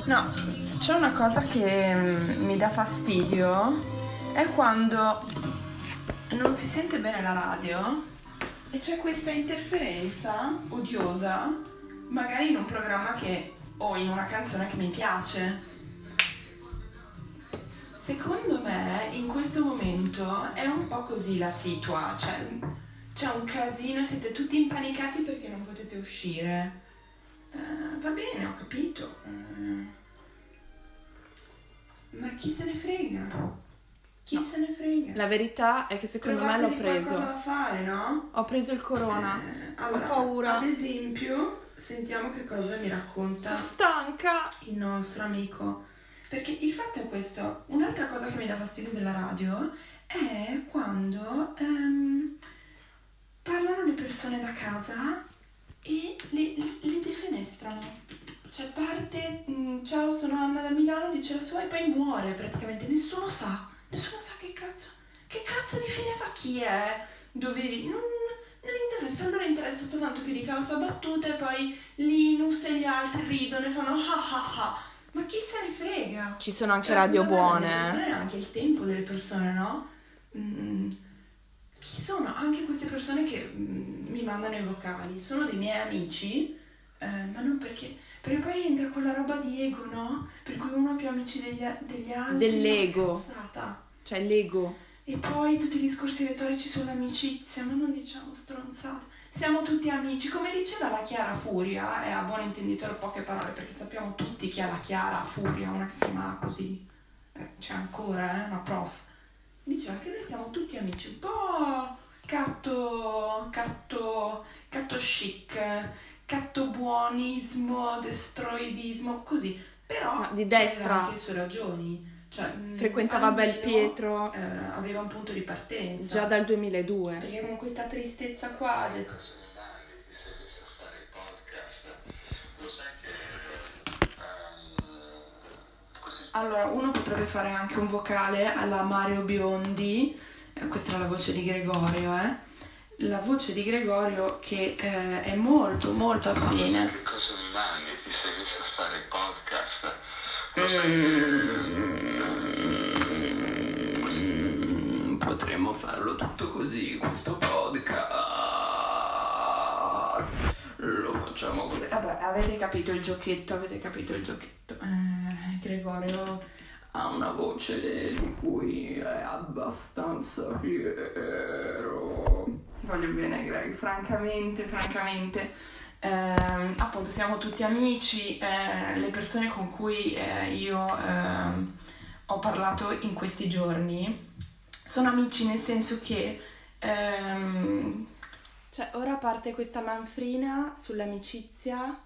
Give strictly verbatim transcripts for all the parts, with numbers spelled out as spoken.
No, se c'è una cosa che mm, mi dà fastidio è quando non si sente bene la radio e c'è questa interferenza odiosa, magari in un programma che o in una canzone che mi piace. Secondo me in questo momento è un po' così la situa, cioè c'è un casino e siete tutti impanicati perché non potete uscire. Uh, va bene, ho capito. Uh, ma chi se ne frega? Chi no. se ne frega? La verità è che secondo Trovatevi me l'ho preso. qualcosa da fare, no? Ho preso il corona. Eh, allora, ho paura. Ad esempio, sentiamo che cosa mi racconta. Sono stanca. Il nostro amico. Perché il fatto è questo. Un'altra cosa che mi dà fastidio della radio è quando ehm, parlano le persone da casa e le, le, le defenestrano. Cioè parte, mh, ciao sono Anna da Milano, dice la sua e poi muore praticamente. Nessuno sa, nessuno sa che cazzo, che cazzo di fine fa, chi è, dove vivi, non, non interessa. Allora interessa soltanto che dica la sua battuta e poi Linus e gli altri ridono e fanno ah ah ah. Ma chi se ne frega? Ci sono anche cioè, radio buone. buone. Le persone hanno anche il tempo delle persone, no? Mm, chi sono anche queste persone che mm, mi mandano i vocali? Sono dei miei amici, eh, ma non perché... Perché poi entra quella roba di ego, no? Per cui uno ha più amici degli, degli altri. Dell'ego. Cazzata. Cioè l'ego. E poi tutti i discorsi retorici sull'amicizia, ma non diciamo stronzate. Siamo tutti amici, come diceva la Chiara Furia, e a buon intenditore poche parole, perché sappiamo tutti chi è la Chiara Furia, una che si chiama così, eh, c'è ancora, eh, una prof. Diceva che noi siamo tutti amici, un po' catto, catto, catto chic, catto buonismo, destroidismo, così. Però no, di destra. anche le sue ragioni. Cioè, frequentava Belpietro, eh, aveva un punto di partenza già dal duemiladue, perché con questa tristezza qua del... ti sei messa a fare il podcast, lo sai che um, così... Allora uno potrebbe fare anche un vocale alla Mario Biondi, eh, questa era la voce di Gregorio, eh la voce di Gregorio che eh, è molto molto affine. Che cosa mi mandi? Ti sei messa a fare il podcast, lo sai che mm, potremmo farlo tutto così, questo podcast lo facciamo così. Vabbè, avete capito il giochetto, avete capito il giochetto. Eh, Gregorio ha una voce di cui è abbastanza fiero. Ti voglio bene, Greg, francamente, francamente. Eh, appunto siamo tutti amici, eh, le persone con cui eh, io eh, ho parlato in questi giorni sono amici nel senso che ehm, cioè ora parte questa manfrina sull'amicizia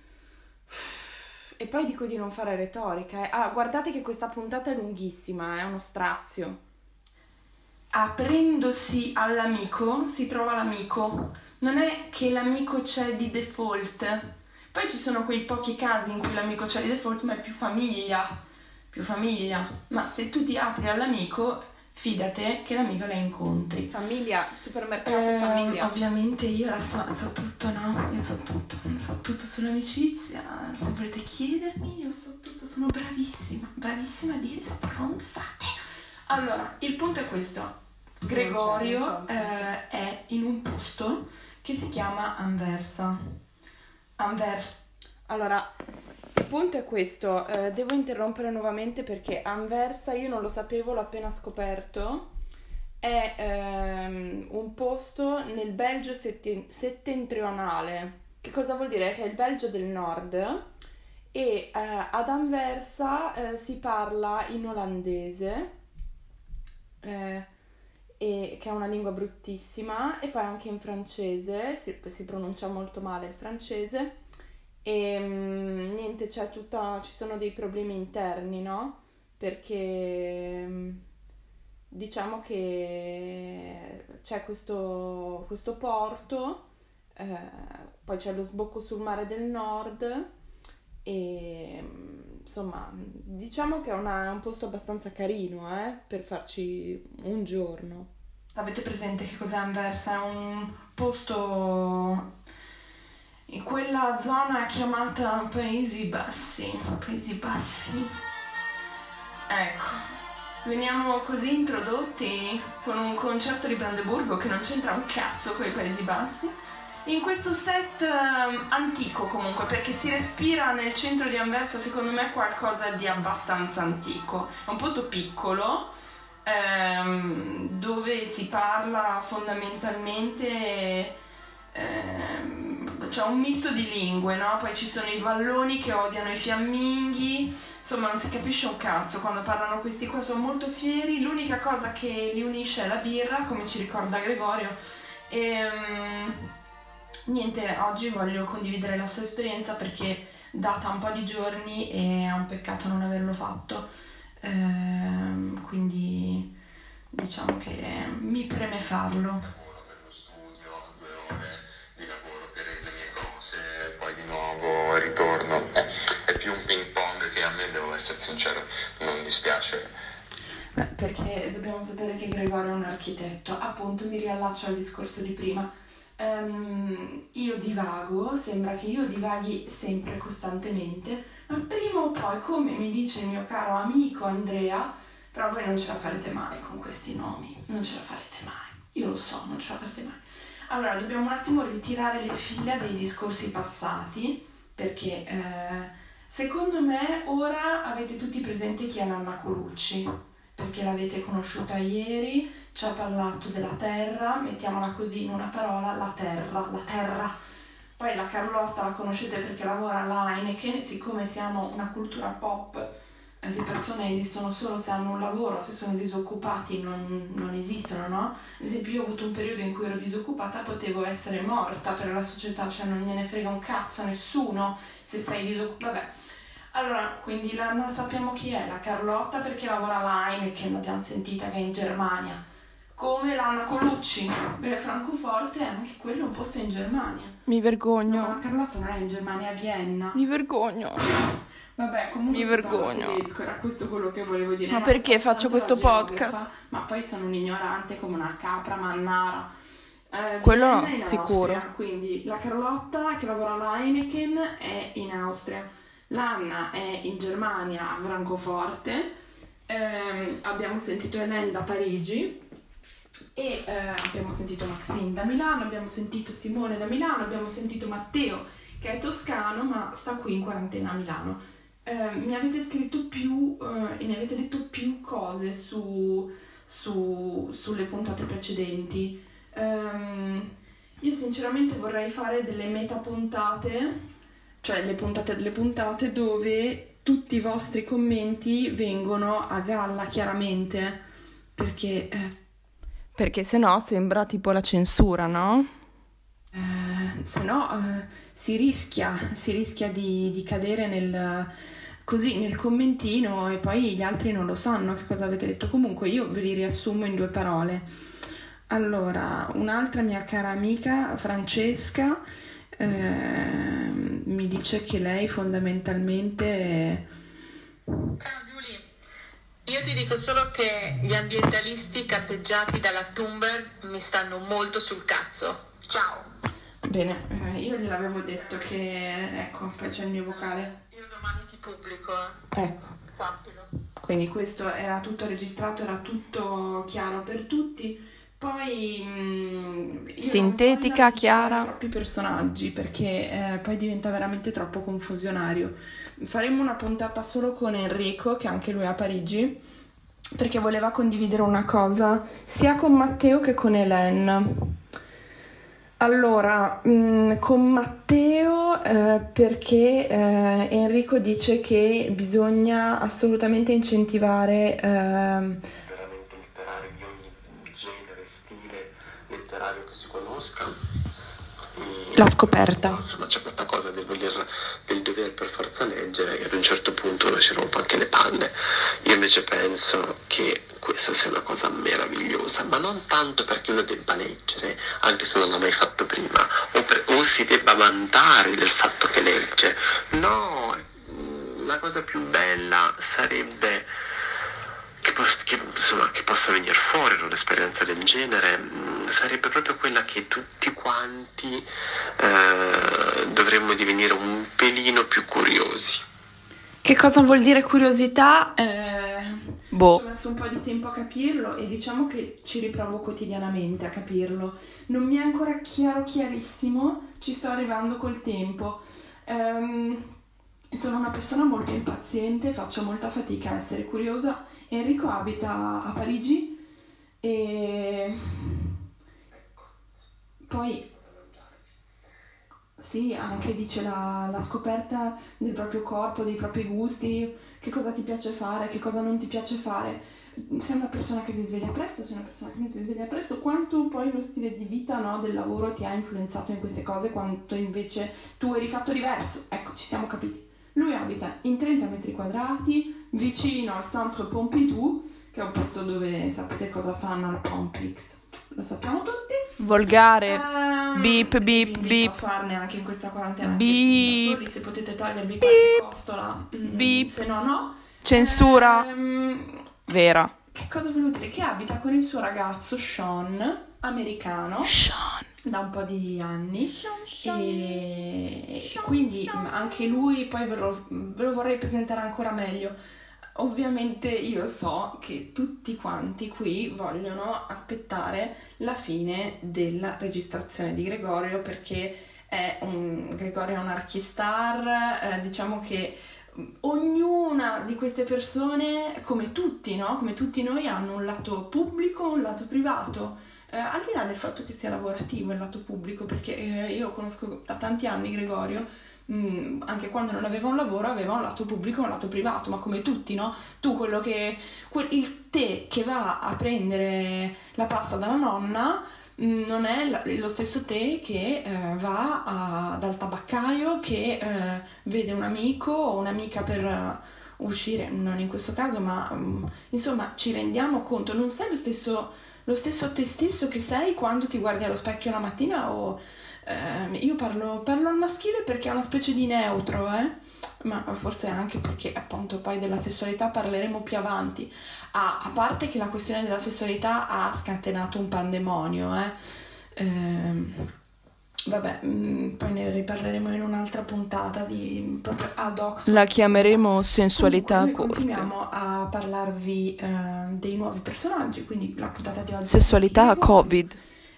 e poi dico di non fare retorica, eh. Ah, guardate che questa puntata è lunghissima, è uno strazio. Aprendosi all'amico si trova l'amico, non è che l'amico c'è di default, poi ci sono quei pochi casi in cui l'amico c'è di default ma è più famiglia, più famiglia, ma se tu ti apri all'amico fidate che l'amico la incontri. Famiglia, supermercato, eh, famiglia. Ovviamente io la so, so tutto, no? Io so tutto, so tutto sull'amicizia, se volete chiedermi io so tutto, sono bravissima, bravissima a dire stronzate. Allora, il punto è questo. Gregorio non c'è, non c'è. Eh, è in un posto che si chiama Anversa. Anversa. Allora, il punto è questo. Eh, devo interrompere nuovamente perché Anversa, io non lo sapevo, l'ho appena scoperto. È ehm, un posto nel Belgio setten- settentrionale. Che cosa vuol dire? Che è il Belgio del nord. E eh, ad Anversa eh, si parla in olandese. Eh, e che è una lingua bruttissima, e poi anche in francese, si, si pronuncia molto male il francese, e mh, niente, c'è tutta, ci sono dei problemi interni, no? Perché mh, diciamo che c'è questo, questo porto, eh, poi c'è lo sbocco sul mare del nord e insomma diciamo che è una, un posto abbastanza carino eh, per farci un giorno. Avete presente che cos'è Anversa? È un posto in quella zona chiamata Paesi Bassi. Paesi Bassi. Ecco, veniamo così introdotti con un concerto di Brandeburgo che non c'entra un cazzo con i Paesi Bassi, in questo set um, antico comunque, perché si respira nel centro di Anversa, secondo me, qualcosa di abbastanza antico. È un posto piccolo, ehm, dove si parla fondamentalmente... Ehm, c'è un misto di lingue, no? Poi ci sono i valloni che odiano i fiamminghi, insomma non si capisce un cazzo quando parlano questi qua, sono molto fieri, l'unica cosa che li unisce è la birra, come ci ricorda Gregorio. E um, niente, oggi voglio condividere la sua esperienza perché data un po' di giorni e è un peccato non averlo fatto, ehm, quindi diciamo che mi preme farlo. Nuovo ritorno, eh, è più un ping pong che a me, devo essere sincero, non dispiace. Beh, perché dobbiamo sapere che Gregorio è un architetto, appunto mi riallaccio al discorso di prima. Um, io divago, sembra che io divaghi sempre costantemente, ma prima o poi, come mi dice il mio caro amico Andrea, però voi non ce la farete mai con questi nomi, non ce la farete mai, io lo so, non ce la farete mai. Allora, dobbiamo un attimo ritirare le fila dei discorsi passati, perché eh, secondo me ora avete tutti presente chi è l'Anna Colucci, perché l'avete conosciuta ieri, ci ha parlato della terra, mettiamola così in una parola, la terra, la terra. Poi la Carlotta la conoscete perché lavora alla Heineken, siccome siamo una cultura pop, le persone esistono solo se hanno un lavoro, se sono disoccupati non, non esistono, no? Ad esempio io ho avuto un periodo in cui ero disoccupata, potevo essere morta per la società, cioè non gliene frega un cazzo a nessuno se sei disoccupata. Vabbè, allora, quindi la, non sappiamo chi è, la Carlotta perché lavora alla Heineken, l'abbiamo sentita che è in Germania, come l'Anna Colucci, per Francoforte, anche quello è un posto in Germania. Mi vergogno. No, la Carlotta non è in Germania, è a Vienna. Mi vergogno. Vabbè, comunque mi vergogno. Tedesco, era questo quello che volevo dire. Ma perché faccio questo podcast? Geografa, ma poi sono un ignorante come una capra mannara. Eh, quello no, in sicuro. Austria, quindi la Carlotta che lavora alla Heineken è in Austria, l'Anna è in Germania a Francoforte, eh, abbiamo sentito Hélène da Parigi e eh, abbiamo sentito Maxine da Milano, abbiamo sentito Simone da Milano, abbiamo sentito Matteo che è toscano ma sta qui in quarantena a Milano. Eh, mi avete scritto più eh, e mi avete detto più cose su, su, sulle puntate precedenti. Um, io sinceramente vorrei fare delle meta puntate, cioè le puntate delle puntate dove tutti i vostri commenti vengono a galla chiaramente, perché eh, perché se no sembra tipo la censura, no? Eh, se no eh, si rischia, si rischia di, di cadere nel, così, nel commentino e poi gli altri non lo sanno che cosa avete detto. Comunque io ve li riassumo in due parole. Allora, un'altra mia cara amica, Francesca, eh, mi dice che lei fondamentalmente... Ciao Giulia, io ti dico solo che gli ambientalisti capeggiati dalla Thunberg mi stanno molto sul cazzo. Ciao. Bene, eh, io gliel'avevo detto che, ecco, poi c'è il mio vocale. Io domani ti pubblico, eh. Ecco. Sappilo. Quindi questo era tutto registrato, era tutto chiaro per tutti. Poi mh, io sintetica, non chiara. Troppi personaggi perché eh, poi diventa veramente troppo confusionario. Faremo una puntata solo con Enrico, che anche lui è a Parigi, perché voleva condividere una cosa sia con Matteo che con Hélène. Allora, mh, con Matteo eh, perché eh, Enrico dice che bisogna assolutamente incentivare eh, veramente letterari di ogni genere, stile letterario che si conosca. E, la scoperta. Insomma, c'è questa cosa del voler, del dover per forza leggere e ad un certo punto uno si rompe anche le palle. Io invece penso che questa sia una cosa meravigliosa, ma non tanto perché uno debba leggere, anche se non l'ha mai fatto prima, o, per, o si debba vantare del fatto che legge. No, la cosa più bella sarebbe che pos- che, insomma, che possa venire fuori da un'esperienza del genere mh, sarebbe proprio quella che tutti quanti eh, dovremmo divenire un pelino più curiosi. Che cosa vuol dire curiosità? Eh, Boh. Ci ho messo un po' di tempo a capirlo e diciamo che ci riprovo quotidianamente a capirlo. Non mi è ancora chiaro chiarissimo, ci sto arrivando col tempo. Ehm, sono una persona molto impaziente, faccio molta fatica a essere curiosa. Enrico abita a Parigi e poi sì, anche dice la, la scoperta del proprio corpo, dei propri gusti, che cosa ti piace fare, che cosa non ti piace fare. Sei una persona che si sveglia presto, sei una persona che non si sveglia presto, quanto poi lo stile di vita, no, del lavoro ti ha influenzato in queste cose, quanto invece tu eri fatto diverso. Ecco, ci siamo capiti. Lui abita in trenta metri quadrati, vicino al Centre Pompidou, che è un posto dove sapete cosa fanno al Pompix. Lo sappiamo tutti. Volgare. Ehm, Beep, vi beep, invito beep. a farne anche in questa quarantena. Beep. Anche da soli, se potete togliervi qualche costola. mm, Beep. Se no, no. Censura Ehm, vera. che cosa volevo dire? Che abita con il suo ragazzo Sean, americano, Sean. da un po' di anni. E quindi anche lui, poi ve lo, ve lo vorrei presentare ancora meglio. Ovviamente io so che tutti quanti qui vogliono aspettare la fine della registrazione di Gregorio, perché è un, Gregorio è un archistar, eh, diciamo che ognuna di queste persone, come tutti, no? Come tutti noi, hanno un lato pubblico, un lato privato, eh, al di là del fatto che sia lavorativo il lato pubblico, perché eh, io conosco da tanti anni Gregorio. Mm, anche quando non aveva un lavoro aveva un lato pubblico e un lato privato, ma come tutti, no? Tu quello che quel, il tè che va a prendere la pasta dalla nonna mm, non è la- lo stesso tè che eh, va a- dal tabaccaio, che eh, vede un amico o un'amica per eh, uscire, non in questo caso, ma mm, insomma ci rendiamo conto, non sei lo stesso, lo stesso te stesso che sei quando ti guardi allo specchio la mattina o Ehm, io parlo, parlo al maschile perché è una specie di neutro, eh? Ma forse anche perché appunto poi della sessualità parleremo più avanti. Ah, a parte che la questione della sessualità ha scatenato un pandemonio, eh? Ehm, vabbè, mm, poi ne riparleremo in un'altra puntata di proprio ad hoc. La chiameremo sensualità Comunque, noi corte. continuiamo a parlarvi eh, dei nuovi personaggi, quindi la puntata di oggi è Sessualità di Gregorio. Covid.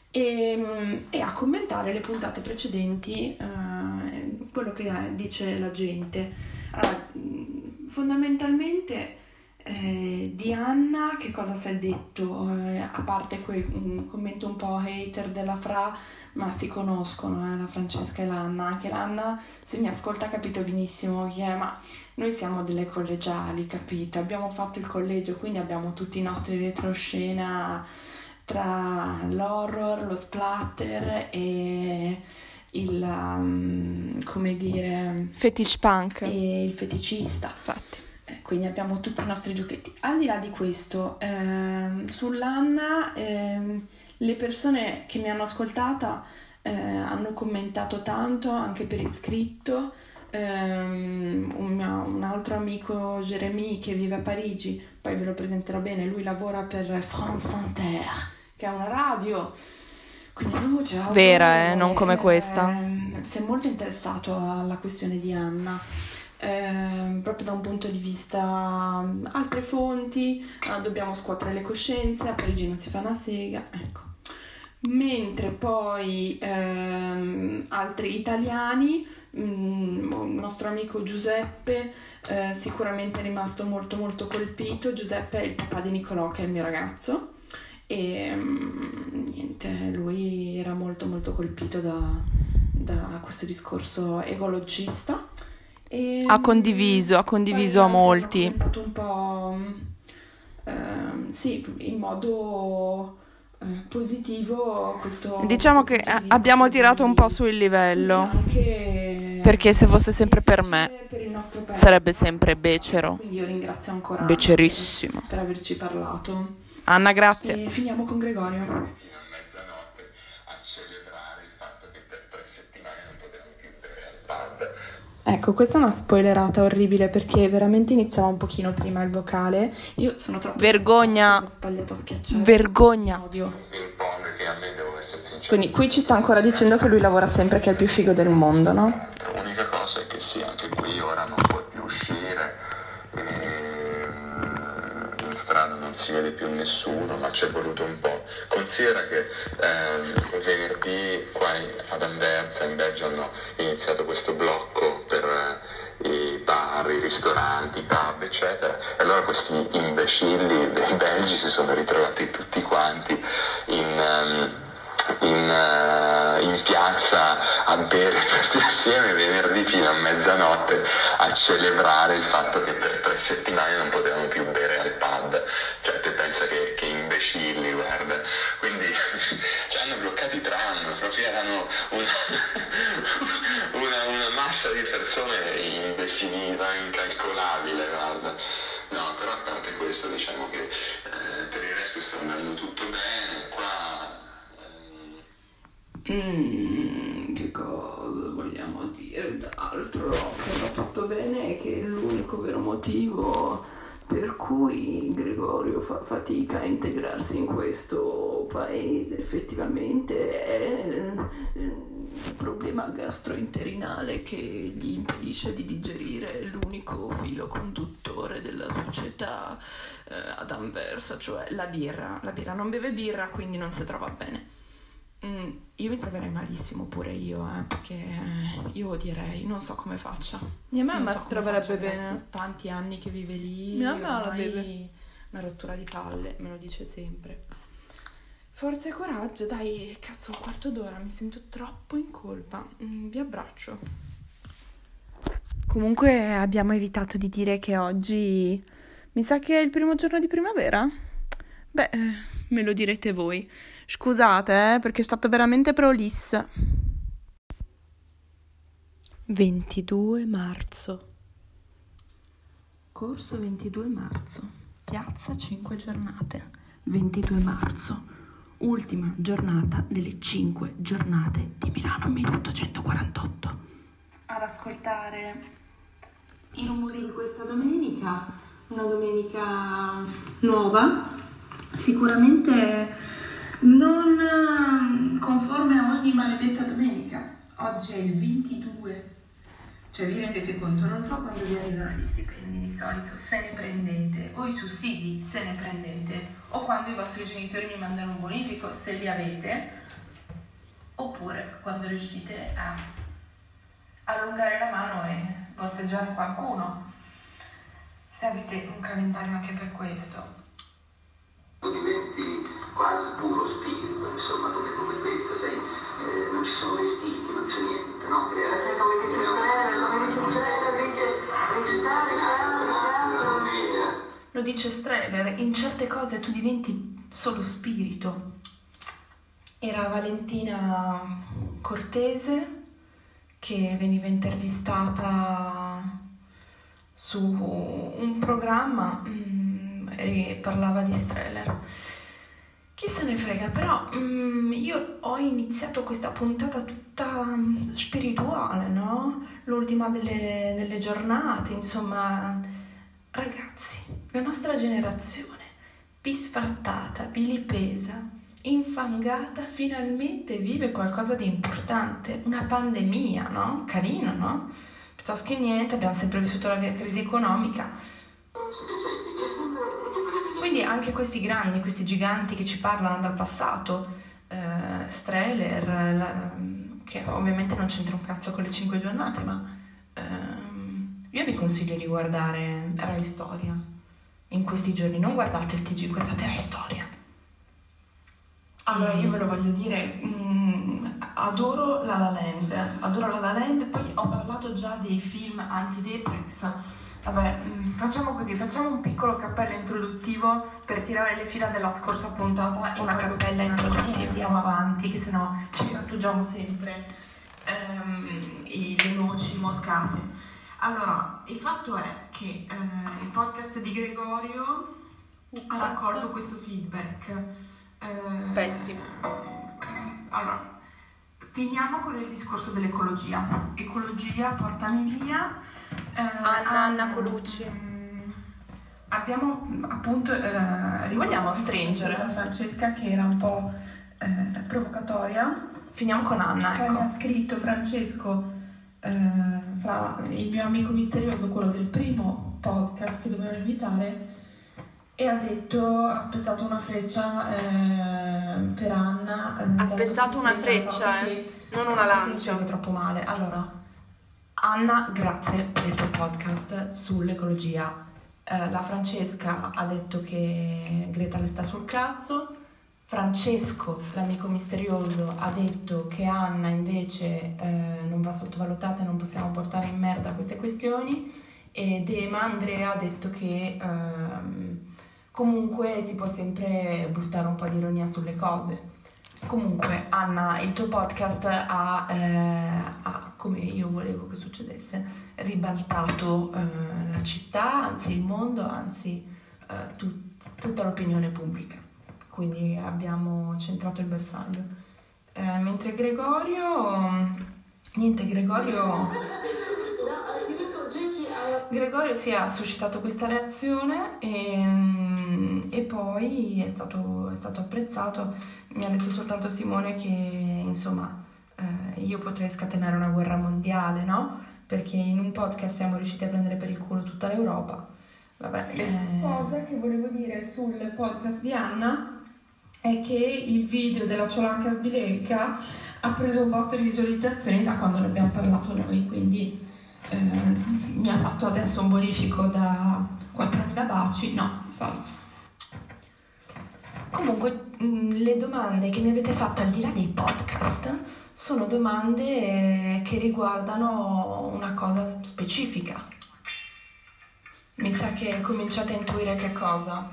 E, e a commentare le puntate precedenti, eh, quello che eh, dice la gente. Allora, mh, fondamentalmente eh, di Anna che cosa si è detto? Eh, a parte quel mh, commento un po' hater della Fra, ma si conoscono, eh, la Francesca e l'Anna. Anche l'Anna, se mi ascolta, ha capito benissimo chi è, ma noi siamo delle collegiali, capito? Abbiamo fatto il collegio, quindi abbiamo tutti i nostri retroscena tra l'horror, lo splatter e il, um, come dire, Fetish punk. e il feticista. Infatti. Eh, Quindi abbiamo tutti i nostri giochetti. Al di là di questo, ehm, sull'Anna, ehm, le persone che mi hanno ascoltata eh, hanno commentato tanto, anche per iscritto. Ehm, un, mio- un altro amico, Jeremy, che vive a Parigi, poi ve lo presenterò bene, lui lavora per France Inter, che è una radio, quindi una voce Vera, eh, autorevole. non come questa. Ehm, si è molto interessato alla questione di Anna. Ehm, proprio da un punto di vista mm, altre fonti, ah, dobbiamo scuotere le coscienze, a Parigi non si fa una sega, ecco. Mentre poi ehm, altri italiani, mm, il nostro amico Giuseppe eh, sicuramente è rimasto molto molto colpito. Giuseppe è il papà di Nicolò, che è il mio ragazzo, e mm, niente, lui era molto molto colpito da, da questo discorso ecologista. E, Ha condiviso, ha condiviso poi a molti. Ha commentato un po', mm, ehm, sì, in modo eh, positivo questo Diciamo questo che punto eh, di vista, abbiamo tirato un po' quindi sul livello. anche Perché se fosse sempre per me, per il nostro paese sarebbe sempre becero. quindi io ringrazio ancora Anna Becerissimo. per, per averci parlato. Anna, grazie. E finiamo con Gregorio. Fino a mezzanotte a celebrare il fatto che per tre settimane non potevamo più bere al pub. Ecco, questa è una spoilerata orribile perché veramente iniziava un pochino prima il vocale. Io sono troppo... Vergogna! Ho sbagliato a schiacciare. Vergogna! Odio. Impone che a me devo essere sincero. Quindi qui ci sta ancora dicendo che lui lavora sempre, che è il più figo del mondo, no? L'unica cosa è che sì, anche qui ora non puoi più uscire, ehm, in strada non si vede più nessuno, ma ci è voluto un po'. Considera che ehm, venerdì qua ad Anversa in Belgio hanno iniziato questo blocco per eh, i bar, i ristoranti, i pub, eccetera, e allora questi imbecilli dei belgi si sono ritrovati tutti quanti in... ehm, In, uh, in piazza a bere tutti assieme venerdì fino a mezzanotte a celebrare il fatto che per tre settimane non potevano più bere al pub. Cioè te pensa che, che imbecilli, guarda. Quindi ci hanno bloccato i tram, proprio erano una, una, una massa di persone indefinita, incalcolabile, guarda. No, però a parte questo diciamo che eh, per il resto sta andando tutto bene qua. Mm, che cosa vogliamo dire d'altro? Che va fatto bene e che l'unico vero motivo per cui Gregorio fa fatica a integrarsi in questo paese effettivamente è il problema gastrointestinale che gli impedisce di digerire l'unico filo conduttore della società eh, ad Anversa, cioè la birra. La birra non beve birra, quindi non si trova bene. Mm, io mi troverei malissimo pure io, eh, perché io odierei, non so come faccia. Mia mamma Non so si come troverebbe faccia, bene. ragazzi, tanti anni che vive lì. Mia mamma la ormai beve. Una rottura di palle, me lo dice sempre. Forza e coraggio, dai, cazzo, un quarto d'ora, mi sento troppo in colpa. Mm, vi abbraccio. Comunque abbiamo evitato di dire che oggi mi sa che è il primo giorno di primavera. Beh, eh, me lo direte voi. Scusate, eh, perché è stato veramente prolissa. ventidue marzo. Corso ventidue marzo, piazza cinque giornate. ventidue marzo, ultima giornata delle cinque giornate di Milano milleottocentoquarantotto. Ad ascoltare i rumori di questa domenica, una domenica nuova, sicuramente non conforme a ogni maledetta domenica. Oggi è il ventidue. Cioè vi rendete conto, non so quando vi arrivano gli stipendi di solito, se ne prendete, o i sussidi, se ne prendete, o quando i vostri genitori vi mandano un bonifico, se li avete, oppure quando riuscite a allungare la mano e borseggiare qualcuno, se avete un calendario anche per questo. Diventi quasi puro spirito, insomma, come, come questo, sai, eh, non ci sono vestiti, non c'è niente, no? Crea, sai come dice Strela, come dice Strela, dice recitare teatro. Lo dice Streller, in certe cose tu diventi solo spirito. Era Valentina Cortese che veniva intervistata su un programma e parlava di Streller. Chi se ne frega, però um, io ho iniziato questa puntata tutta um, spirituale, no? L'ultima delle, delle giornate, insomma, ragazzi, la nostra generazione, bisfrattata, vilipesa, infangata, finalmente vive qualcosa di importante, una pandemia, no? Carino, no? Piuttosto che niente, abbiamo sempre vissuto la crisi economica. Quindi anche questi grandi, questi giganti che ci parlano dal passato, eh, Streller, la, che ovviamente non c'entra un cazzo con le cinque giornate, ma ehm, io vi consiglio di guardare Rai Storia in questi giorni, non guardate il T G, guardate Rai Storia. Allora io ve lo voglio dire, mh, adoro La La Land, adoro La La Land, poi ho parlato già dei film antideprex. Vabbè, facciamo così, facciamo un piccolo cappello introduttivo per tirare le fila della scorsa puntata. Una cappella introduttiva. Andiamo avanti, che sennò ci grattugiamo sempre ehm, i, le noci moscate. Allora, il fatto è che eh, il podcast di Gregorio ha raccolto questo feedback. Eh, Pessimo. Allora, finiamo con il discorso dell'ecologia. Ecologia, portami via. Eh, Anna, Anna Colucci. mm, abbiamo appunto, eh, Vogliamo stringere? la Francesca che era un po' eh, provocatoria. Finiamo con Anna, Poi mi ecco. ha scritto Francesco, eh, fra il mio amico misterioso, quello del primo podcast che dovevano invitare, e ha detto, ha spezzato una freccia eh, per Anna. eh, Ha dando spezzato una sostegno al freccia, fatto eh, che- non una questo mi lancia. spiego troppo male. Allora, Anna, grazie per il tuo podcast sull'ecologia. Eh, la Francesca ha detto che Greta le sta sul cazzo. Francesco, l'amico misterioso, ha detto che Anna invece eh, non va sottovalutata e non possiamo portare in merda queste questioni. E Dema, Andrea, ha detto che ehm, comunque si può sempre buttare un po' di ironia sulle cose. Comunque, Anna, il tuo podcast ha, eh, ha, come io volevo che succedesse, ribaltato eh, la città, anzi il mondo, anzi eh, tu- tutta l'opinione pubblica. Quindi abbiamo centrato il bersaglio. Eh, mentre Gregorio, niente, Gregorio, Gregorio si è suscitato questa reazione e, e poi è stato, è stato apprezzato. Mi ha detto soltanto Simone che insomma eh, io potrei scatenare una guerra mondiale, no? Perché in un podcast siamo riusciti a prendere per il culo tutta l'Europa. Vabbè, eh... cosa che volevo dire sul podcast di Anna è che il video della Ciolanca Sbilenca ha preso un botto di visualizzazioni da quando ne abbiamo parlato noi, quindi eh, mi ha fatto adesso un bonifico da quattromila baci. No, falso. Comunque mh, le domande che mi avete fatto al di là dei podcast sono domande che riguardano una cosa specifica. Mi sa che cominciate a intuire che cosa.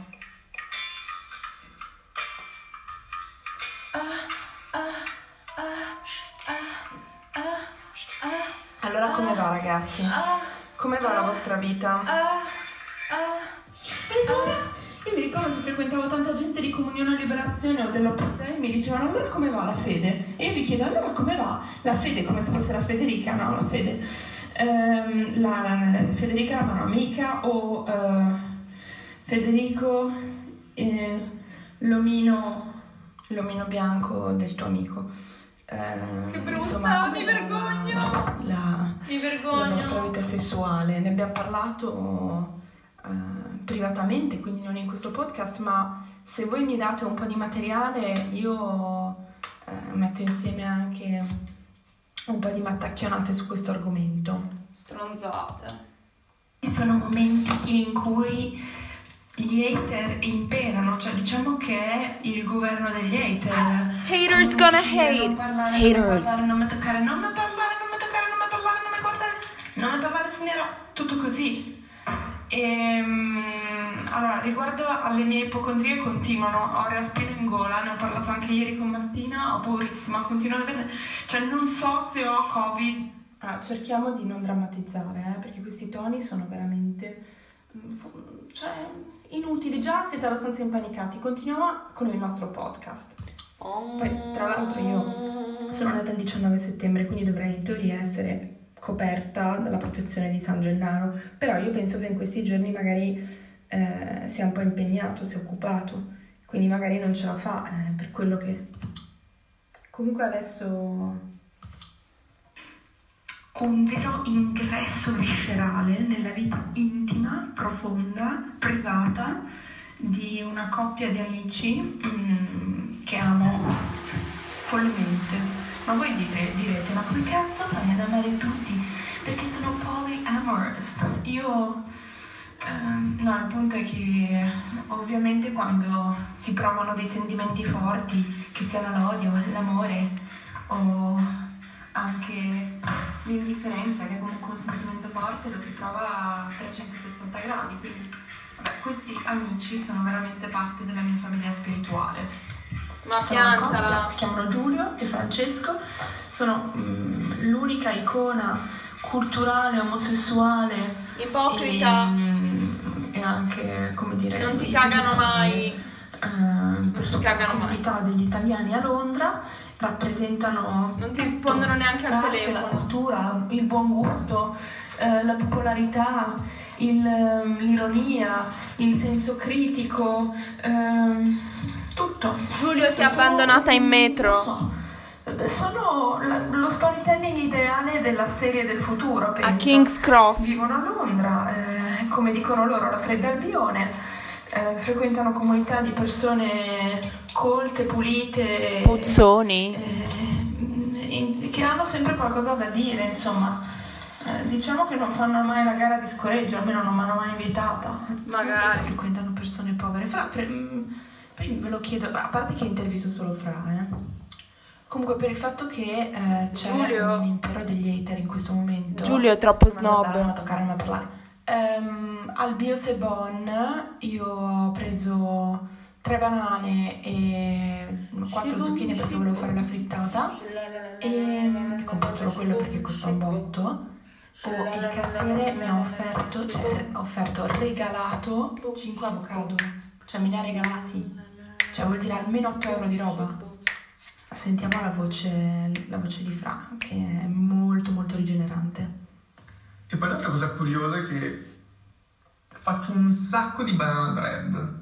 Allora come va, ragazzi? Come va la vostra vita? Io mi ricordo che frequentavo tanta gente di Comunione e Liberazione o dell'Opus Dei e mi dicevano allora come va la fede? E io mi chiedo allora come va la fede, come se fosse la Federica, no? La fede. Ehm, la, la Federica era una amica o eh, Federico eh, l'omino, l'omino bianco del tuo amico. Eh, Che brutta, insomma, mi la- vergogno. La, la, Mi la vergogno. nostra vita sessuale. Ne abbiamo parlato eh, privatamente, quindi non in questo podcast, ma se voi mi date un po' di materiale io eh, metto insieme anche un po' di mattacchionate su questo argomento. Stronzate. Ci sono momenti in cui gli hater imperano, cioè diciamo che è il governo degli hater. Haters gonna hate. Non parlare, Haters. Non mi toccare, non mi parlare, non mi toccare, non mi parlare, non mi guardare, non mi parlare signora, tutto così. Ehm, allora, riguardo alle mie ipocondrie continuano, ho respiro in gola, ne ho parlato anche ieri con Martina, ho paurissima, continuo ad avere, cioè non so se ho Covid. Allora, cerchiamo di non drammatizzare, eh, perché questi toni sono veramente, mm, fu- cioè, inutili, già siete abbastanza impanicati, continuiamo con il nostro podcast. Poi, tra l'altro, io sono nata il diciannove settembre, quindi dovrei in teoria essere coperta dalla protezione di San Gennaro, però io penso che in questi giorni magari eh, sia un po' impegnato, sia occupato, quindi magari non ce la fa, eh, per quello che... Comunque adesso ho un vero ingresso viscerale nella vita intima, profonda, privata di una coppia di amici mm, che amo follemente. Ma voi dite, direte, ma come cazzo fai ad amare tutti? Perché sono polyamorous. Io, ehm, no, il punto è che ovviamente quando si provano dei sentimenti forti, che siano l'odio, l'amore o anche l'indifferenza, che è comunque un sentimento forte, lo si prova a trecentosessanta gradi. Quindi, vabbè, questi amici sono veramente parte della mia famiglia spirituale. Ma Sono una piantala. coppia, si chiamano Giulio e Francesco, sono mm, l'unica icona culturale omosessuale Ipocrita. e, mm, e anche, come dire, Non ti i cagano giudizi, mai. ehm, per cagano la comunità degli italiani a Londra, rappresentano Non ti rispondono neanche al l'arte, telefono. la cultura, il buon gusto, eh, la popolarità, il, ehm, l'ironia, il senso critico, ehm, tutto. Giulio ti ha Sono- abbandonata in metro. non so, sono la- lo storytelling ideale della serie del futuro, penso. A King's Cross. Vivono a Londra, eh, come dicono loro, la fredda albione, eh, frequentano comunità di persone colte, pulite, Puzzoni. eh, in- che hanno sempre qualcosa da dire, insomma. Eh, diciamo che non fanno mai la gara di scoreggio, almeno non mi hanno mai invitata. Non so Magari. se frequentano persone povere. Fra, pre- mm, poi ve lo chiedo, a parte che intervisto solo Fra, eh. Comunque per il fatto che eh, c'è Giulio. un impero degli hater in questo momento. Giulio è troppo non andarono snob. a toccarmi a parlare. Ehm, al Biosebon io ho preso tre banane e quattro zucchine perché volevo fare la frittata e ho comprato solo quello perché costa un botto. Oh, il cassiere mi ha offerto, cioè ha offerto, regalato cinque avocado, cioè me li ha regalati, cioè vuol dire almeno otto euro di roba. Sentiamo la voce, la voce di Fra, che è molto molto rigenerante. E poi l'altra cosa curiosa è che faccio un sacco di banana bread.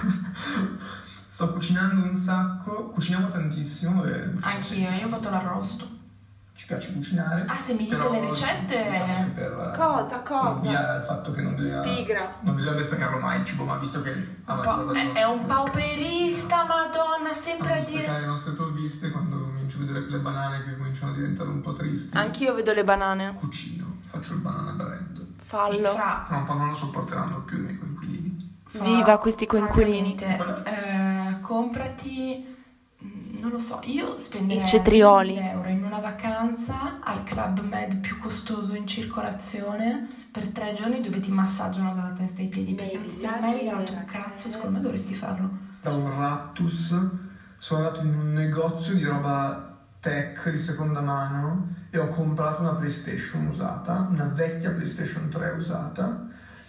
Sto cucinando un sacco, cuciniamo tantissimo e Anch'io, io ho fatto l'arrosto. ci piace cucinare. Ah, se mi dite però le ricette- anche per, Cosa, cosa? via il fatto che non bisogna, Pigra. non bisogna sprecarlo mai il cibo, ma visto che Un ama po'- guardarlo- è, è un pauperista, madonna, sempre a ama dire... sprecare le nostre provviste, quando comincio a vedere le banane che cominciano a diventare un po' tristi, Anch'io vedo le banane. cucino, faccio il banana bread. Sì, Fallo. Fra, Tra un po' non lo sopporteranno più i miei coinquilini. Fra- Viva questi coinquilini. francamente, eh, comprati, mm, non lo so, io spenderei I cetrioli. mille euro in una vacanza al Club Med più costoso in circolazione per tre giorni dove ti massaggiano dalla testa ai piedi. Perché non ti sei mai regalato un cazzo, secondo me dovresti farlo. Da un Rattus sono andato in un negozio di roba tech di seconda mano e ho comprato una PlayStation usata, una vecchia PlayStation tre usata,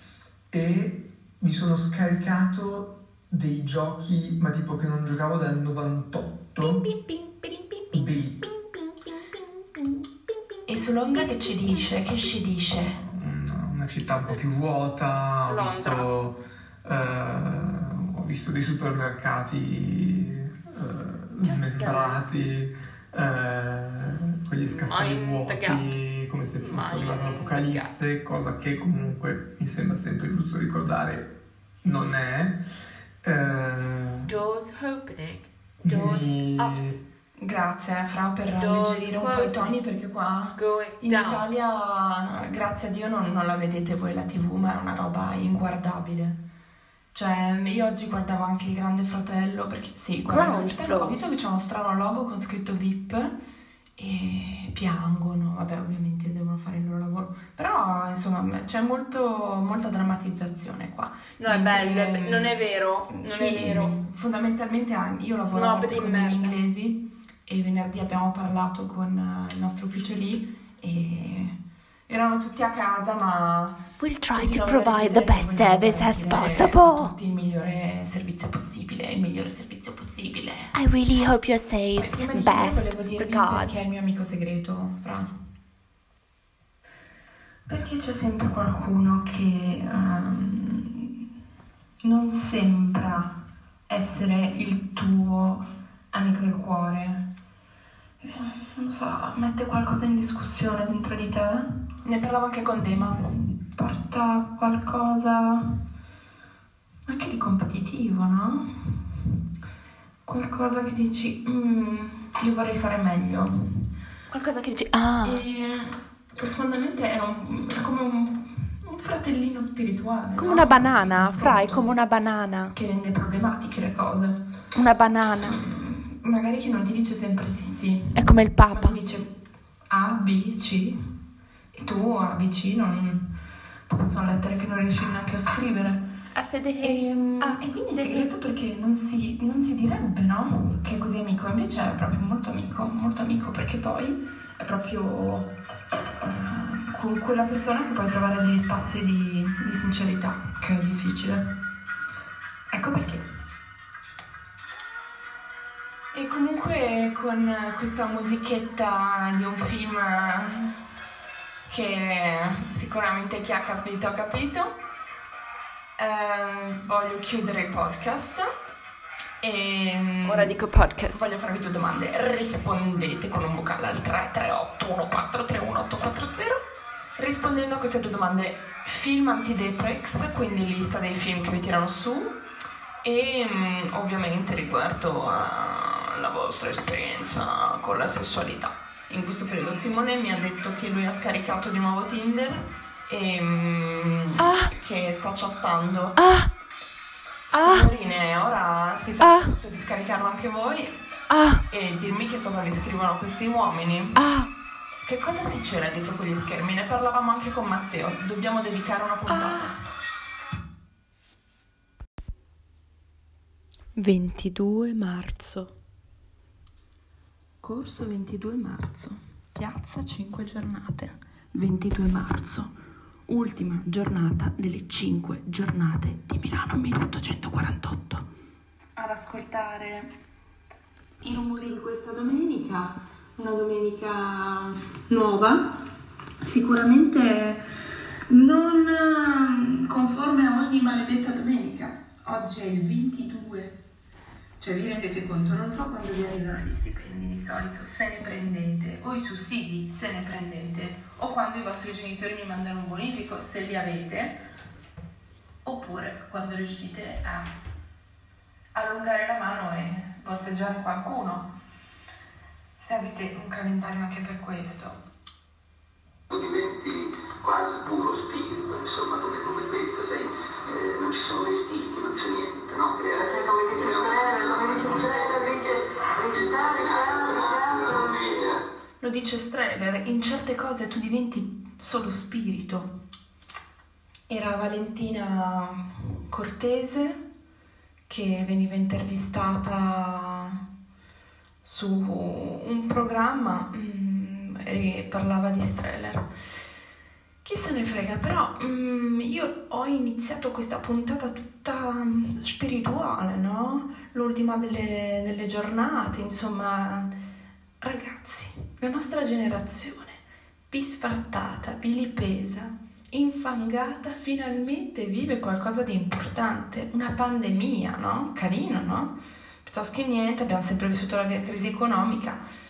e mi sono scaricato dei giochi, ma tipo che non giocavo dal novantotto. Dei- E su Londra che ci dice? Che ci dice? una, una città un po' più vuota, ho Londra. visto, eh, ho visto dei supermercati eh, smembrati, eh, con gli scaffali Mind the vuoti, come se fosse Mind l'apocalisse, cosa che comunque mi sembra sempre giusto ricordare non è. Eh, Doors opening. Doors mi- up. Grazie, Fra, per Doors alleggerire un po' i closing. toni perché qua... Going In down. Italia, no, grazie a Dio, non, non la vedete voi la tivù, ma è una roba inguardabile. Cioè, io oggi guardavo anche il Grande Fratello, perché sì, guardo il Ground Grande Fratello, Floor. ho visto che c'è uno strano logo con scritto V I P e piangono, vabbè, ovviamente devono fare il loro lavoro, però insomma c'è molto, molta drammatizzazione qua. No, è Mentre- bello, è be- non è vero, non sì, è vero. Fondamentalmente anche- io lavoro Snob a volte di con merda. degli inglesi e venerdì abbiamo parlato con eh, il nostro ufficio lì e erano tutti a casa, ma We'll try to continuavano a provide the ripetere best che vogliono service as dare possible. a tutti il migliore servizio possibile, il migliore servizio possibile. I really hope you're safe. Prima di chiudere Best volevo dirvi regards. perché è il mio amico segreto, Fra. Perché c'è sempre qualcuno che ehm, non sembra essere il tuo amico del cuore. Eh, Non lo so, mette qualcosa in discussione dentro di te. Ne parlavo anche con Dema. Porta qualcosa anche di competitivo, no? Qualcosa che dici, "Mm, io vorrei fare meglio." Qualcosa che dici, ah, E profondamente è, un- è come un, un fratellino spirituale. come no? una banana, Fra, è Appunto, come una banana. che rende problematiche le cose. Una banana. Mm, Magari che non ti dice sempre sì sì, È come il ma Papa. ti dice A, B, C e tu A, B, C non... sono lettere che non riesci neanche a scrivere. E, Ah, e quindi è segreto perché non si, non si direbbe, no? Che è così amico, invece è proprio molto amico, molto amico, perché poi è proprio eh, con quella persona che puoi trovare degli spazi di, di sincerità, che è difficile. Ecco perché. E comunque con questa musichetta di un film che sicuramente chi ha capito ha capito, eh, voglio chiudere il podcast e Ora dico podcast. voglio farvi due domande. Rispondete con un vocale al tre tre otto uno quattro tre uno otto quattro zero. Rispondendo a queste due domande: film antideprex, quindi lista dei film che vi tirano su, e mm, ovviamente riguardo alla vostra esperienza con la sessualità. In questo periodo Simone mi ha detto che lui ha scaricato di nuovo Tinder e mm, Ah. che sta chattando. Ah, ah, Signorine, ora si fa Ah. tutto di scaricarlo anche voi ah, e dirmi che cosa vi scrivono questi uomini. ah, Che cosa si c'era dietro quegli schermi? Ne parlavamo anche con Matteo. Dobbiamo dedicare una puntata. ventidue marzo. Corso ventidue marzo, piazza cinque giornate. ventidue marzo, ultima giornata delle cinque giornate di Milano milleottocentoquarantotto. Ad ascoltare i rumori di questa domenica, una domenica nuova, sicuramente non conforme a ogni maledetta domenica. Oggi è il ventidue. Cioè, vi rendete conto, non so quando vi arrivano gli stipendi di solito, se ne prendete, o i sussidi, se ne prendete, o quando i vostri genitori vi mandano un bonifico, se li avete, oppure quando riuscite a allungare la mano e borseggiare qualcuno, se avete un calendario anche per questo. Diventi quasi puro spirito, insomma, come, come questa, sai, eh, non ci sono vestiti, non c'è niente, no? Crea, Sai come dice Strela, come dice Strela, dice recitare canto, canto. Lo dice Streller, in certe cose tu diventi solo spirito. Era Valentina Cortese che veniva intervistata su un programma mm, e parlava di Streller. Chi se ne frega, però mm, io ho iniziato questa puntata tutta mm, spirituale, no? L'ultima delle, delle giornate, insomma, ragazzi, la nostra generazione, bisfrattata, vilipesa, infangata, finalmente vive qualcosa di importante, una pandemia, no? Carino, no? Piuttosto che niente, abbiamo sempre vissuto la crisi economica.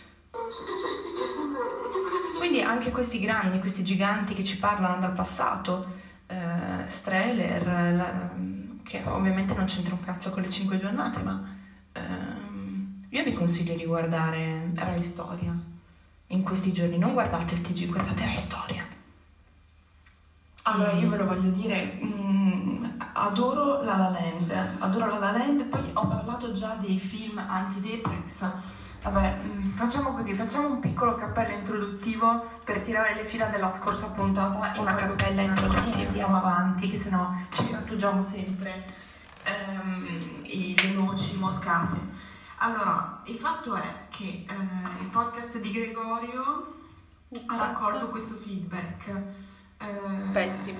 Quindi anche questi grandi, questi giganti che ci parlano dal passato, eh, Streller, la, che ovviamente non c'entra un cazzo con le cinque giornate, ma ehm, io vi consiglio di guardare Rai Storia in questi giorni. Non guardate il T G, guardate Rai Storia. Allora, io ve lo voglio dire, mh, adoro La La Land, adoro La La Land, poi ho parlato già dei film antideprex. Vabbè, mh, facciamo così, facciamo un piccolo cappello introduttivo per tirare le fila della scorsa puntata. Una cappella introduttiva. Andiamo avanti, che sennò ci grattugiamo sempre ehm, i- le noci moscate. Allora, il fatto è che eh, il podcast di Gregorio ha raccolto questo feedback. Eh, Pessimo.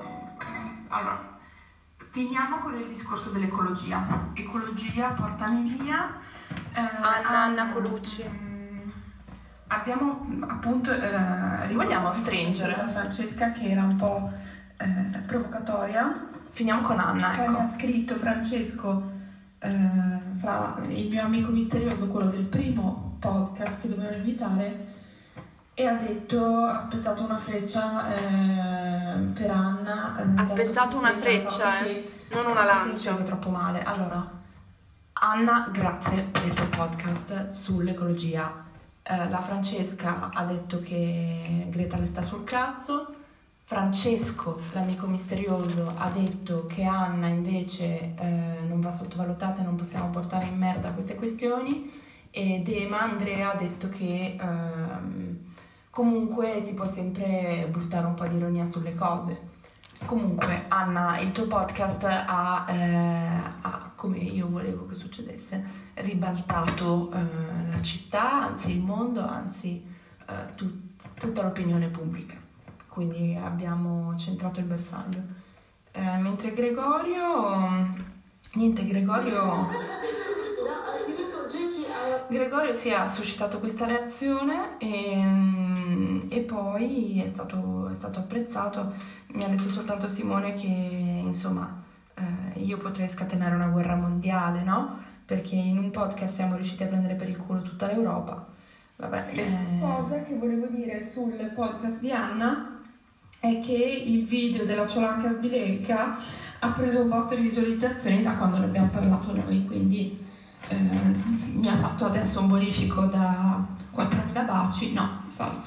Allora, finiamo con il discorso dell'ecologia. Ecologia, portami via. Eh, Anna, Anna Colucci. mm, Abbiamo appunto, eh, vogliamo stringere la Francesca che era un po' eh, provocatoria. Finiamo con Anna, ecco. Mi ha scritto Francesco, eh, fra il mio amico misterioso, quello del primo podcast che dovevano invitare, e ha detto, ha spezzato una freccia eh, per Anna. eh, Ha dando spezzato una sostegno, freccia, proprio eh, che non una questo lancia. mi spiego troppo male. Allora, Anna, grazie per il tuo podcast sull'ecologia. Eh, la Francesca ha detto che Greta le sta sul cazzo. Francesco, l'amico misterioso, ha detto che Anna invece eh, non va sottovalutata e non possiamo portare in merda queste questioni. E Dema Andrea ha detto che ehm, comunque si può sempre buttare un po' di ironia sulle cose. Comunque, Anna, il tuo podcast ha, eh, ha, come io volevo che succedesse, ribaltato eh, la città, anzi il mondo, anzi eh, tu- tutta l'opinione pubblica. Quindi abbiamo centrato il bersaglio. Eh, mentre Gregorio, niente, Gregorio... No, ti dico, Jackie ha Gregorio si è suscitato questa reazione e, e poi è stato, è stato apprezzato. Mi ha detto soltanto Simone che insomma eh, io potrei scatenare una guerra mondiale, no? Perché in un podcast siamo riusciti a prendere per il culo tutta l'Europa. Vabbè, eh... cosa che volevo dire sul podcast di Anna è che il video della Ciolanca Sbilenca ha preso un botto di visualizzazioni da quando ne abbiamo parlato noi, quindi eh, mi ha fatto adesso un bonifico da quattromila baci. No, falso.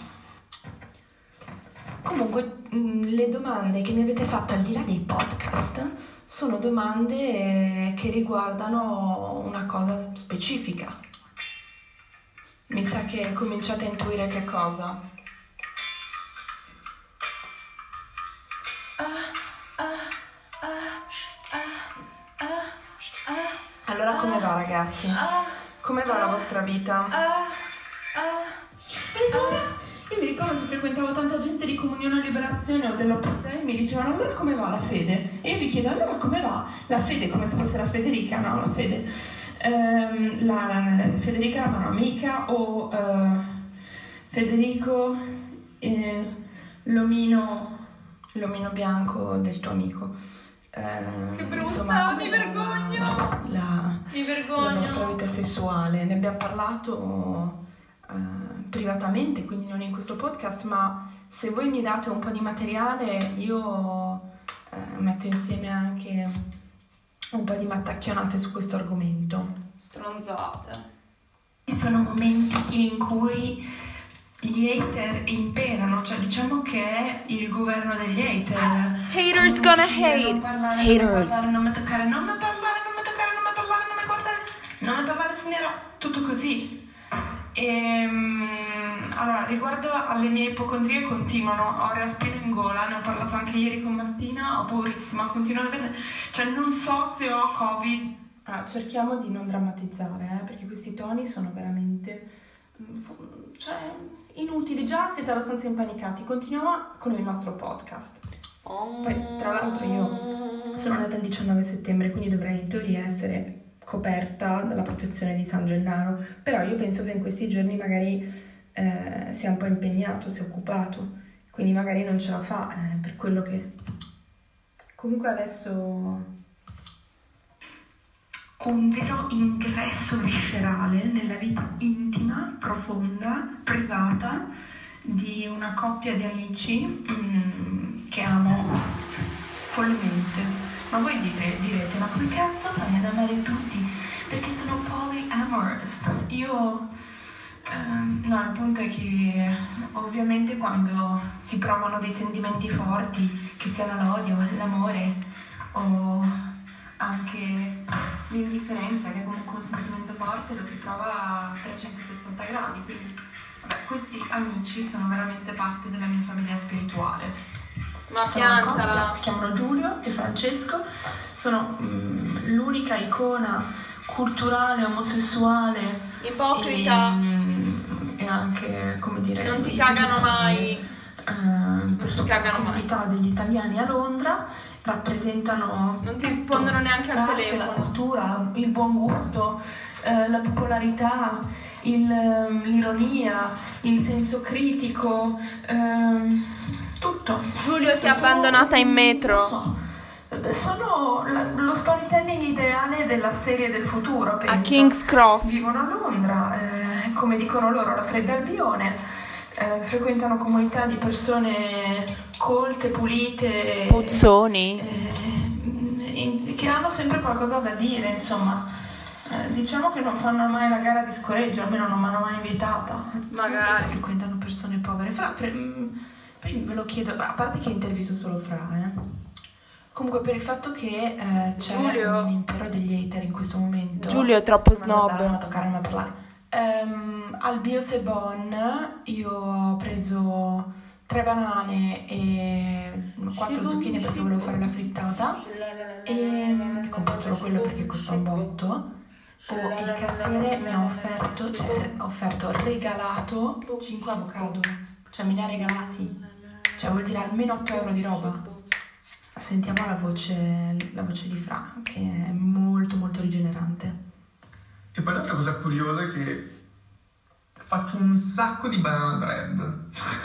Comunque mh, le domande che mi avete fatto al di là dei podcast sono domande che riguardano una cosa specifica. Mi sa che cominciate a intuire che cosa. Allora come va, ragazzi? Come va la vostra vita? Io mi ricordo che frequentavo tanta gente di Comunione e Liberazione o dell'Opus Dei e mi dicevano allora come va la fede? E io vi chiedo allora come va la fede, come se fosse la Federica, no? La fede. Ehm, la, la Federica la mano amica o uh, Federico eh, l'omino, l'omino bianco del tuo amico. Eh, che brutta, insomma, mi vergogno! La, la, mi vergogno! La nostra vita sessuale, ne abbiamo parlato uh, privatamente, quindi non in questo podcast, ma se voi mi date un po' di materiale io uh, metto insieme anche un po' di mattacchionate su questo argomento. Stronzate. Ci sono momenti in cui gli hater imperano, cioè diciamo che è il governo degli hater. Haters gonna hate. Non parlare, Haters. Non mi toccare, non mi parlare, non mi toccare, non mi parlare, non mi guardare, non mi parlare signora, tutto così. E, allora, riguardo alle mie ipocondrie continuano, ho respiro in gola, ne ho parlato anche ieri con Martina, ho paurissima, continuo ad avere, cioè non so se ho Covid. Ah, cerchiamo di non drammatizzare, eh, perché questi toni sono veramente cioè inutili, già siete abbastanza impanicati. Continuiamo con il nostro podcast. Poi tra l'altro io sono nata il diciannove settembre, quindi dovrei in teoria essere coperta dalla protezione di San Gennaro, però io penso che in questi giorni magari eh, sia un po' impegnato, sia occupato, quindi magari non ce la fa, eh, per quello che comunque adesso un vero ingresso viscerale nella vita intima, profonda, privata di una coppia di amici mm, che amo follemente. Ma voi dite, direte, ma come cazzo fai ad amare tutti? Perché sono polyamorous. Io, ehm, no, il punto è che ovviamente quando si provano dei sentimenti forti, che siano l'odio, l'amore o anche l'indifferenza, che è comunque un sentimento forte, lo si prova a trecentosessanta gradi. Quindi, vabbè, questi amici sono veramente parte della mia famiglia spirituale. Ma Sono una piantala! coppia, si chiamano Giulio e Francesco, sono mm, l'unica icona culturale omosessuale Ipocrita! e, e anche, come dire, Non ti cagano mai! Uh, per ti cagano la comunità degli italiani a Londra, rappresentano non ti rispondono neanche al l'arte, telefono. la cultura, il buon gusto, eh, la popolarità, il, l'ironia, il senso critico, ehm, tutto. Giulio ti ha Sono- abbandonata in metro. non so, sono la- lo storytelling ideale della serie del futuro, penso. A King's Cross. Vivono a Londra, eh, come dicono loro, la fredda albione, eh, frequentano comunità di persone colte, pulite, Puzzoni. eh, in- che hanno sempre qualcosa da dire, insomma. Eh, diciamo che non fanno mai la gara di scoreggio, almeno non mi hanno mai invitata. Magari. Non so se frequentano persone povere. Fra, pre- mh, poi ve lo chiedo, a parte che intervisto solo Fra, eh. Comunque per il fatto che eh, c'è Giulio. un impero degli hater in questo momento. Giulio è troppo non andare a snob. toccare, non a parlare. Ehm, al Biosebon io ho preso tre banane e quattro zucchine perché volevo fare la frittata e ho comprato solo quello perché costa un botto. Oh, il cassiere mi ha offerto, cioè ha offerto, regalato cinque avocado, cioè me li ha regalati, cioè vuol dire almeno otto euro di roba. Sentiamo la voce, la voce di Fra, che è molto molto rigenerante. E poi l'altra cosa curiosa è che faccio un sacco di banana bread.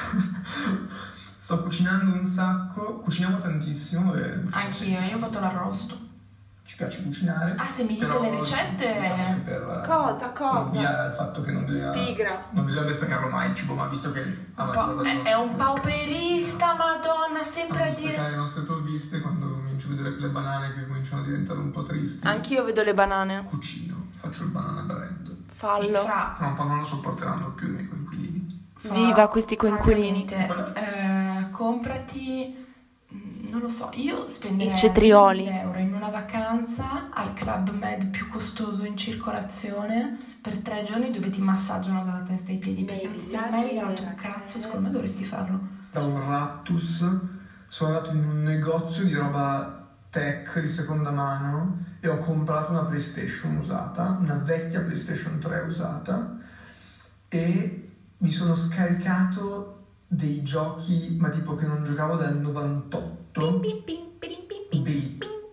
Sto cucinando un sacco, cuciniamo tantissimo e Anch'io, io ho fatto l'arrosto. ci piace cucinare. Ah, se mi dite però le ricette... anche per, Cosa, cosa? per via il fatto che non bisogna, Pigra. non bisognerebbe sprecarlo mai il cibo, ma visto che Un ama po'- guardarlo- è, è un pauperista, madonna, sempre a ama dire... sprecare le nostre provviste, quando comincio a vedere le banane che cominciano a diventare un po' tristi, Anch'io vedo le banane. cucino, faccio il banana bread. Sì, Fallo. fra, Tra un po' non lo sopporteranno più i miei coinquilini. fra- Viva questi coinquilini. francamente, eh, comprati, mm, non lo so, io spenderei I cetrioli. mille euro in una vacanza al Club Med più costoso in circolazione per tre giorni dove ti massaggiano dalla testa ai piedi. Perché non ti sei mai regalato un cazzo, secondo me dovresti farlo. Da un Rattus sono andato in un negozio di roba tech di seconda mano e ho comprato una PlayStation usata, una vecchia PlayStation tre usata, e mi sono scaricato dei giochi, ma tipo che non giocavo dal novantotto. Dei-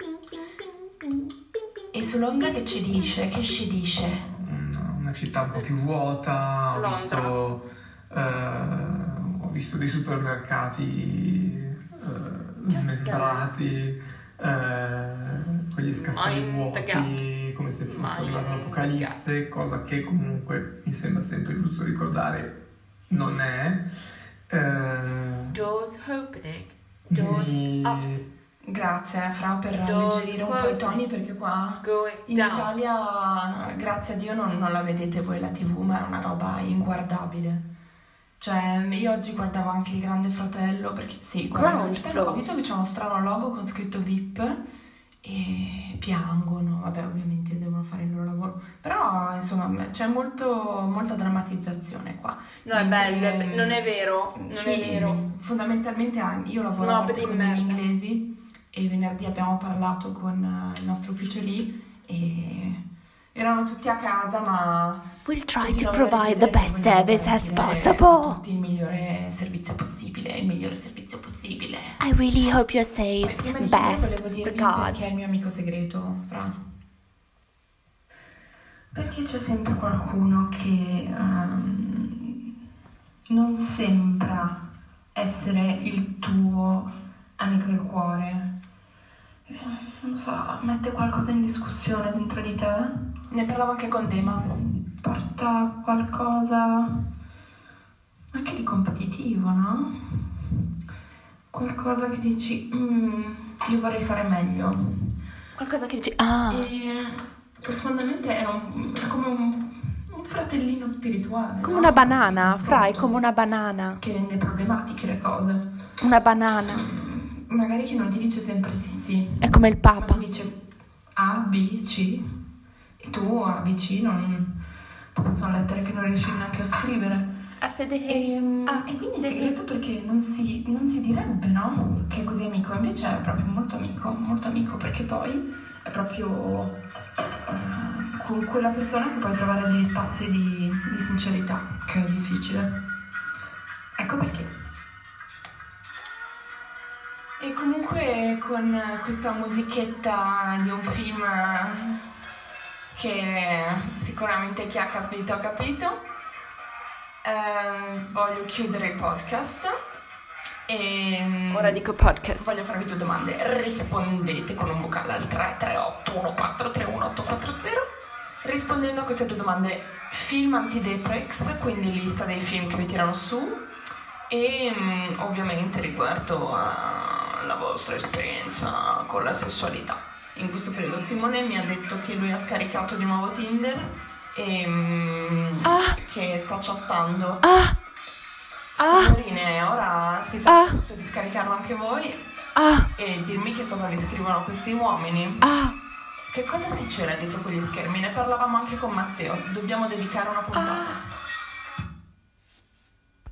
E su Londra che ci dice? Che ci dice? una, una città un po' più vuota, ho Londra. visto, eh, ho visto dei supermercati eh, smembrati, eh, con gli scaffali Mind the vuoti, come se fosse Mind arrivata the l'apocalisse, cosa che comunque mi sembra sempre giusto ricordare non è. Eh, Doors opening. Doors mi- up. Grazie, Fra, per Doors alleggerire un po' i closing. toni, perché qua Going in down. Italia, no, grazie a Dio, non, non la vedete voi la tivù, ma è una roba inguardabile. Cioè, io oggi guardavo anche il Grande Fratello, perché sì, guardo il Ground Grande Fratello, ho floor. visto che c'è uno strano logo con scritto V I P e piangono, vabbè, ovviamente devono fare il loro lavoro, però insomma c'è molto, molta drammatizzazione qua. No, è Mentre- bello, è be- non è vero, non Sì, è vero. fondamentalmente anche- io lavoro Snob anche di con degli merda. inglesi e venerdì abbiamo parlato con eh, il nostro ufficio lì e erano tutti a casa, ma We'll try to continuavano a provide the ripetere che best vogliono service as garantire possible. a tutti il migliore servizio possibile, il migliore servizio possibile. I really hope you're Poi, safe. prima di chiudere Best volevo dirvi regards. perché è il mio amico segreto, Fra. Perché c'è sempre qualcuno che ehm, non sembra essere il tuo amico del cuore. Eh, Non lo so, mette qualcosa in discussione dentro di te. Ne parlavo anche con Dema. Porta qualcosa anche di competitivo, no? Qualcosa che dici, "Mm, io vorrei fare meglio." Qualcosa che dici, ah, E profondamente è, un- è come un, un fratellino spirituale, come no? una banana, Fra, è Appunto, come una banana. che rende problematiche le cose. Una banana. Mm, Magari che non ti dice sempre sì sì, È come il ma Papa. ti dice A, B, C, e tu A, B, C non... sono lettere che non riesci neanche a scrivere. E, Ah, e quindi è segreto perché non si, non si direbbe, no? Che è così amico, invece è proprio molto amico, molto amico, perché poi è proprio eh, con quella persona che puoi trovare degli spazi di, di sincerità, che è difficile. Ecco perché. E comunque con questa musichetta di un film che sicuramente chi ha capito ha capito, ehm, voglio chiudere il podcast e Ora dico podcast. voglio farvi due domande. Rispondete con un vocale al tre tre otto uno quattro tre uno otto quattro zero. Rispondendo a queste due domande, film antideprex, quindi lista dei film che vi tirano su, e mm, ovviamente riguardo alla vostra esperienza con la sessualità. In questo periodo Simone mi ha detto che lui ha scaricato di nuovo Tinder e mm, Ah. che sta chattando. ah, ah, Signorine, ora si fa Ah. tutto di scaricarlo anche voi ah, e dirmi che cosa vi scrivono questi uomini. ah, Che cosa si c'era dietro quegli schermi? Ne parlavamo anche con Matteo. Dobbiamo dedicare una puntata. ah.